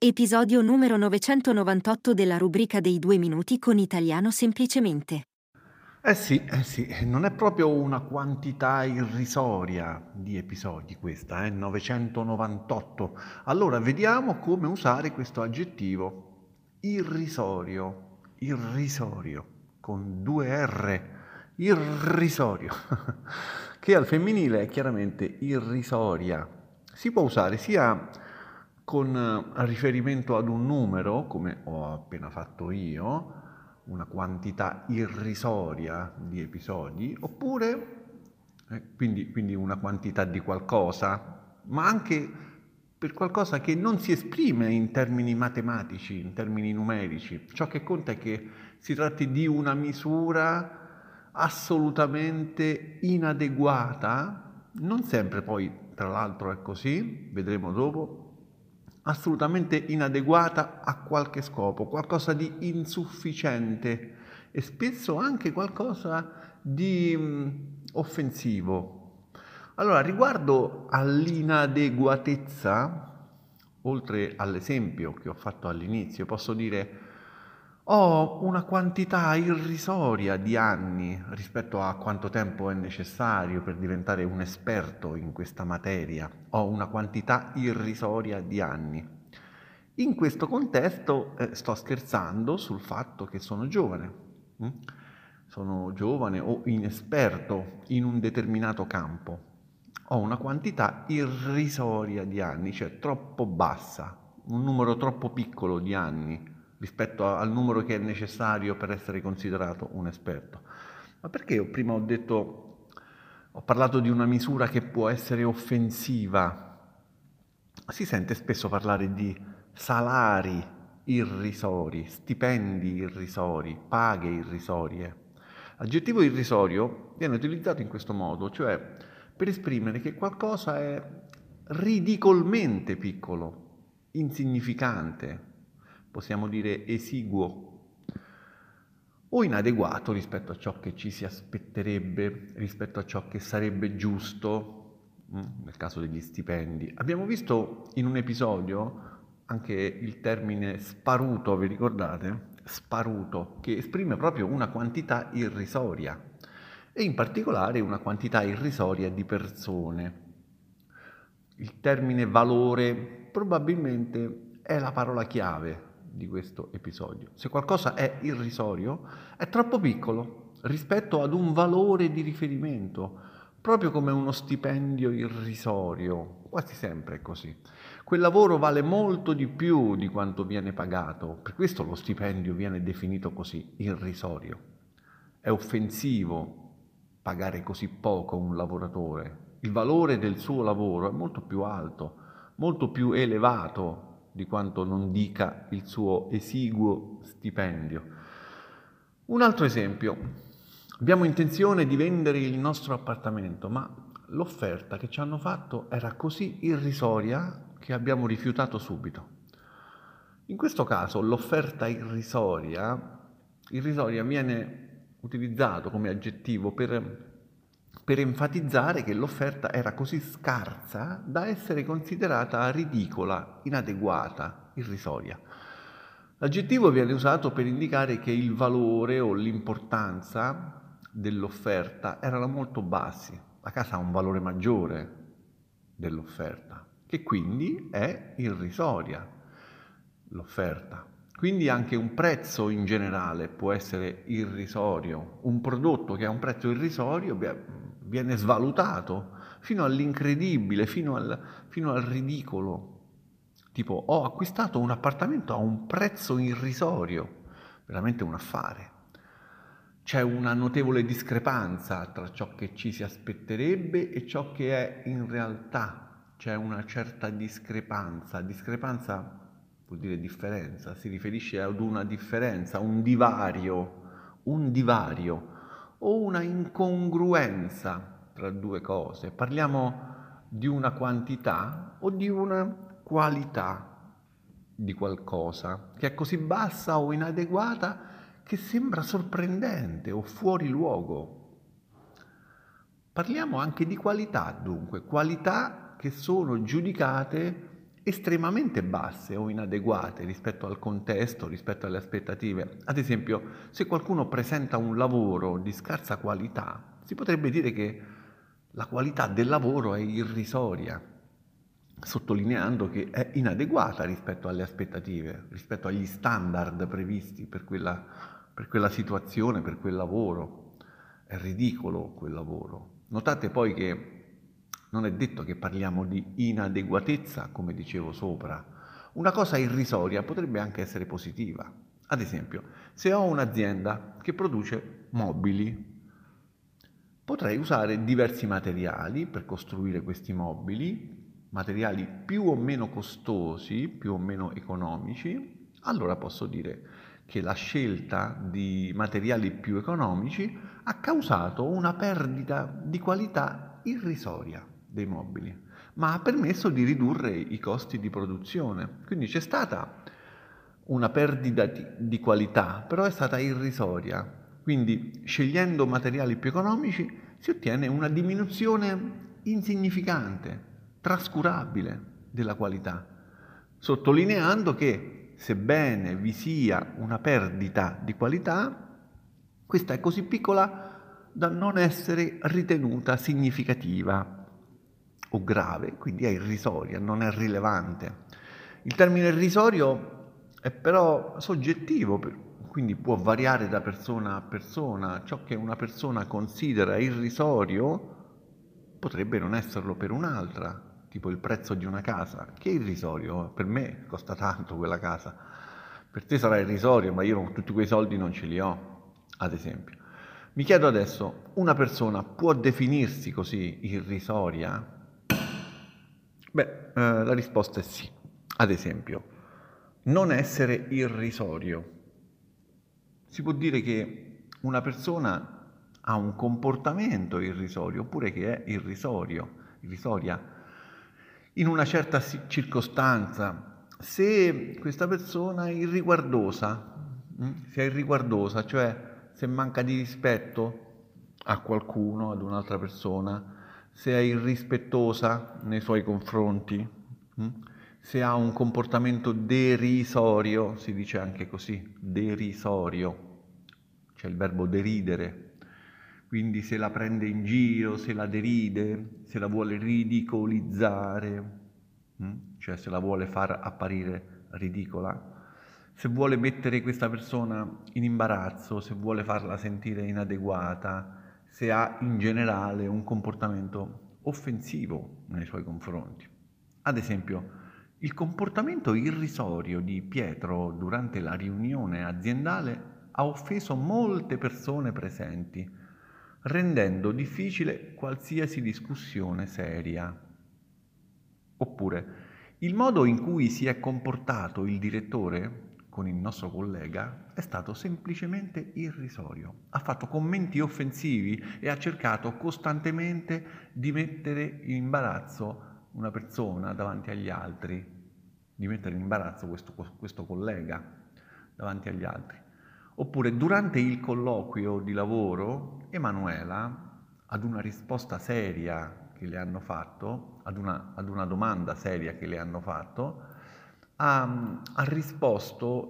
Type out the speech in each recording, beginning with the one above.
Episodio numero 998 della rubrica dei 2 minuti con Italiano semplicemente. Eh sì, non è proprio una quantità irrisoria di episodi questa, 998. Allora, vediamo come usare questo aggettivo. Irrisorio, con 2 R, irrisorio, che al femminile è chiaramente irrisoria. Si può usare sia con riferimento ad un numero, come ho appena fatto io, una quantità irrisoria di episodi, oppure quindi una quantità di qualcosa, ma anche per qualcosa che non si esprime in termini matematici, in termini numerici. Ciò che conta è che si tratti di una misura assolutamente inadeguata, non sempre poi tra l'altro è così, vedremo dopo, assolutamente inadeguata a qualche scopo, qualcosa di insufficiente e spesso anche qualcosa di offensivo. Allora, riguardo all'inadeguatezza, oltre all'esempio che ho fatto all'inizio, posso dire ho una quantità irrisoria di anni rispetto a quanto tempo è necessario per diventare un esperto in questa materia. Ho una quantità irrisoria di anni. In questo contesto sto scherzando sul fatto che sono giovane. mm? Sono giovane o inesperto in un determinato campo. Ho una quantità irrisoria di anni, cioè troppo bassa, un numero troppo piccolo di anni rispetto al numero che è necessario per essere considerato un esperto. Ma perché io prima ho parlato di una misura che può essere offensiva? Si sente spesso parlare di salari irrisori, stipendi irrisori, paghe irrisorie. L'aggettivo irrisorio viene utilizzato in questo modo, cioè per esprimere che qualcosa è ridicolmente piccolo, insignificante, possiamo dire esiguo o inadeguato rispetto a ciò che ci si aspetterebbe, rispetto a ciò che sarebbe giusto, nel caso degli stipendi. Abbiamo visto in un episodio anche il termine sparuto, vi ricordate? Sparuto, che esprime proprio una quantità irrisoria e in particolare una quantità irrisoria di persone. Il termine valore probabilmente è la parola chiave di questo episodio. Se qualcosa è irrisorio, è troppo piccolo rispetto ad un valore di riferimento, proprio come uno stipendio irrisorio, quasi sempre è così. Quel lavoro vale molto di più di quanto viene pagato, per questo lo stipendio viene definito così, irrisorio. È offensivo pagare così poco un lavoratore. Il valore del suo lavoro è molto più alto, molto più elevato di quanto non dica il suo esiguo stipendio. Un altro esempio. Abbiamo intenzione di vendere il nostro appartamento, ma l'offerta che ci hanno fatto era così irrisoria che abbiamo rifiutato subito. In questo caso l'offerta irrisoria viene utilizzato come aggettivo per enfatizzare che l'offerta era così scarsa da essere considerata ridicola, inadeguata, irrisoria. L'aggettivo viene usato per indicare che il valore o l'importanza dell'offerta erano molto bassi. La casa ha un valore maggiore dell'offerta, che quindi è irrisoria l'offerta. Quindi anche un prezzo in generale può essere irrisorio. Un prodotto che ha un prezzo irrisorio viene svalutato fino all'incredibile, fino al ridicolo. Tipo, ho acquistato un appartamento a un prezzo irrisorio, veramente un affare. C'è una notevole discrepanza tra ciò che ci si aspetterebbe e ciò che è in realtà. C'è una certa discrepanza. Discrepanza vuol dire differenza, si riferisce ad una differenza, un divario o una incongruenza tra due cose. Parliamo di una quantità o di una qualità di qualcosa che è così bassa o inadeguata che sembra sorprendente o fuori luogo. Parliamo anche di qualità, dunque, qualità che sono giudicate estremamente basse o inadeguate rispetto al contesto, rispetto alle aspettative. Ad esempio, se qualcuno presenta un lavoro di scarsa qualità, si potrebbe dire che la qualità del lavoro è irrisoria, sottolineando che è inadeguata rispetto alle aspettative, rispetto agli standard previsti per quella situazione, per quel lavoro. È ridicolo quel lavoro. Notate poi che non è detto che parliamo di inadeguatezza, come dicevo sopra. Una cosa irrisoria potrebbe anche essere positiva. Ad esempio, se ho un'azienda che produce mobili, potrei usare diversi materiali per costruire questi mobili, materiali più o meno costosi, più o meno economici. Allora posso dire che la scelta di materiali più economici ha causato una perdita di qualità irrisoria dei mobili, ma ha permesso di ridurre i costi di produzione. Quindi c'è stata una perdita di qualità, però è stata irrisoria. Quindi scegliendo materiali più economici si ottiene una diminuzione insignificante, trascurabile della qualità, sottolineando che sebbene vi sia una perdita di qualità, questa è così piccola da non essere ritenuta significativa o grave, quindi è irrisoria, non è rilevante. Il termine irrisorio è però soggettivo, quindi può variare da persona a persona. Ciò che una persona considera irrisorio potrebbe non esserlo per un'altra, tipo il prezzo di una casa, che è irrisorio. Per me costa tanto quella casa, per te sarà irrisorio, ma io tutti quei soldi non ce li ho, ad esempio. Mi chiedo adesso, una persona può definirsi così irrisoria? Beh, la risposta è sì. Ad esempio, non essere irrisorio. Si può dire che una persona ha un comportamento irrisorio oppure che è irrisoria in una certa circostanza. Se questa persona è irriguardosa, se è irriguardosa, cioè se manca di rispetto a qualcuno, ad un'altra persona, se è irrispettosa nei suoi confronti, se ha un comportamento derisorio, si dice anche così, derisorio, c'è il verbo deridere, quindi se la prende in giro, se la deride, se la vuole ridicolizzare, cioè se la vuole far apparire ridicola, se vuole mettere questa persona in imbarazzo, se vuole farla sentire inadeguata, se ha in generale un comportamento offensivo nei suoi confronti. Ad esempio, il comportamento irrisorio di Pietro durante la riunione aziendale ha offeso molte persone presenti, rendendo difficile qualsiasi discussione seria. Oppure, il modo in cui si è comportato il direttore con il nostro collega è stato semplicemente irrisorio. Ha fatto commenti offensivi e ha cercato costantemente di mettere in imbarazzo una persona davanti agli altri, di mettere in imbarazzo questo collega davanti agli altri. Oppure durante il colloquio di lavoro, Emanuela, ad una risposta seria che le hanno fatto, ad una domanda seria che le hanno fatto, ha risposto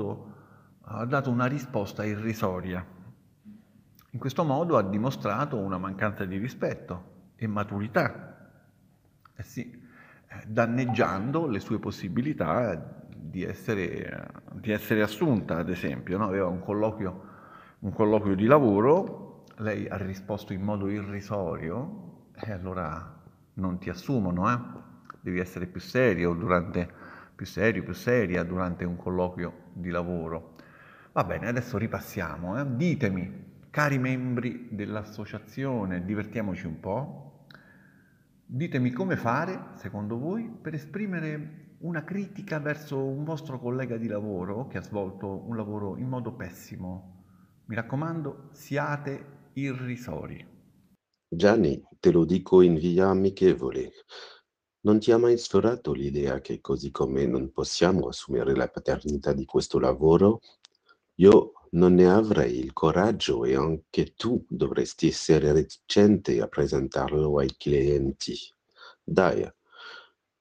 ha dato una risposta irrisoria. In questo modo ha dimostrato una mancanza di rispetto e maturità. Eh sì, danneggiando le sue possibilità di essere assunta, ad esempio, no? Aveva un colloquio di lavoro, lei ha risposto in modo irrisorio e allora non ti assumono, eh? Devi essere più serio più seria durante un colloquio di lavoro. Va bene, adesso ripassiamo, eh? Ditemi, cari membri dell'associazione, divertiamoci un po'. Ditemi come fare, secondo voi, per esprimere una critica verso un vostro collega di lavoro che ha svolto un lavoro in modo pessimo. Mi raccomando, siate irrisori. Gianni, te lo dico in via amichevole. Non ti ha mai sfiorato l'idea che così come non possiamo assumere la paternità di questo lavoro, io non ne avrei il coraggio e anche tu dovresti essere reticente a presentarlo ai clienti. Dai,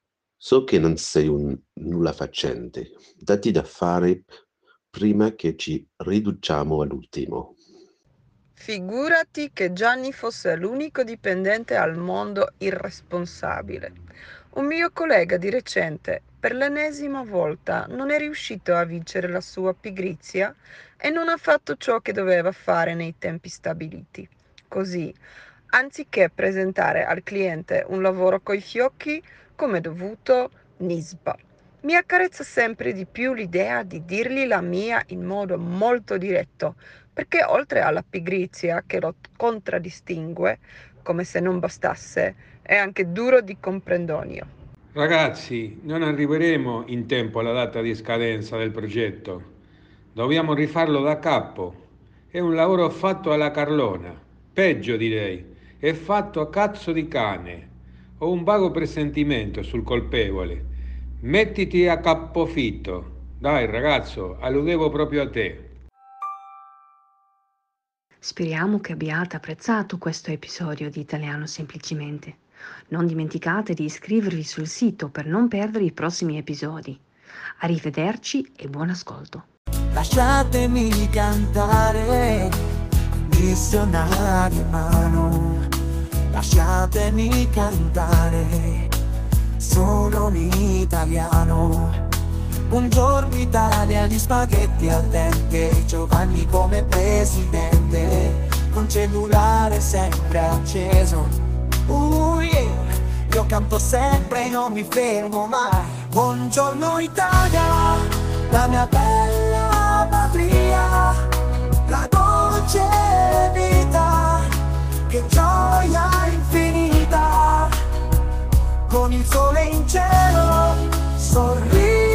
So che non sei un nullafacente. Datti da fare prima che ci riduciamo all'ultimo. Figurati che Gianni fosse l'unico dipendente al mondo irresponsabile. Un mio collega di recente, per l'ennesima volta, non è riuscito a vincere la sua pigrizia e non ha fatto ciò che doveva fare nei tempi stabiliti. Così, anziché presentare al cliente un lavoro coi fiocchi, come dovuto, nisba. Mi accarezza sempre di più l'idea di dirgli la mia in modo molto diretto, perché oltre alla pigrizia che lo contraddistingue, come se non bastasse, è anche duro di comprendonio. Ragazzi, non arriveremo in tempo alla data di scadenza del progetto. Dobbiamo rifarlo da capo. È un lavoro fatto alla Carlona. Peggio direi, è fatto a cazzo di cane. Ho un vago presentimento sul colpevole. Mettiti a capofitto. Dai ragazzo, alludevo proprio a te. Speriamo che abbiate apprezzato questo episodio di Italiano Semplicemente. Non dimenticate di iscrivervi sul sito per non perdere i prossimi episodi. Arrivederci e buon ascolto. Lasciatemi cantare, missionario in mano. Lasciatemi cantare, sono un italiano. Buongiorno Italia, gli spaghetti al dente, Giovanni come presidente, con cellulare sempre acceso. Yeah. Io canto sempre, non mi fermo mai. Buongiorno Italia, la mia bella patria, la dolce vita, che gioia infinita, con il sole in cielo, sorride.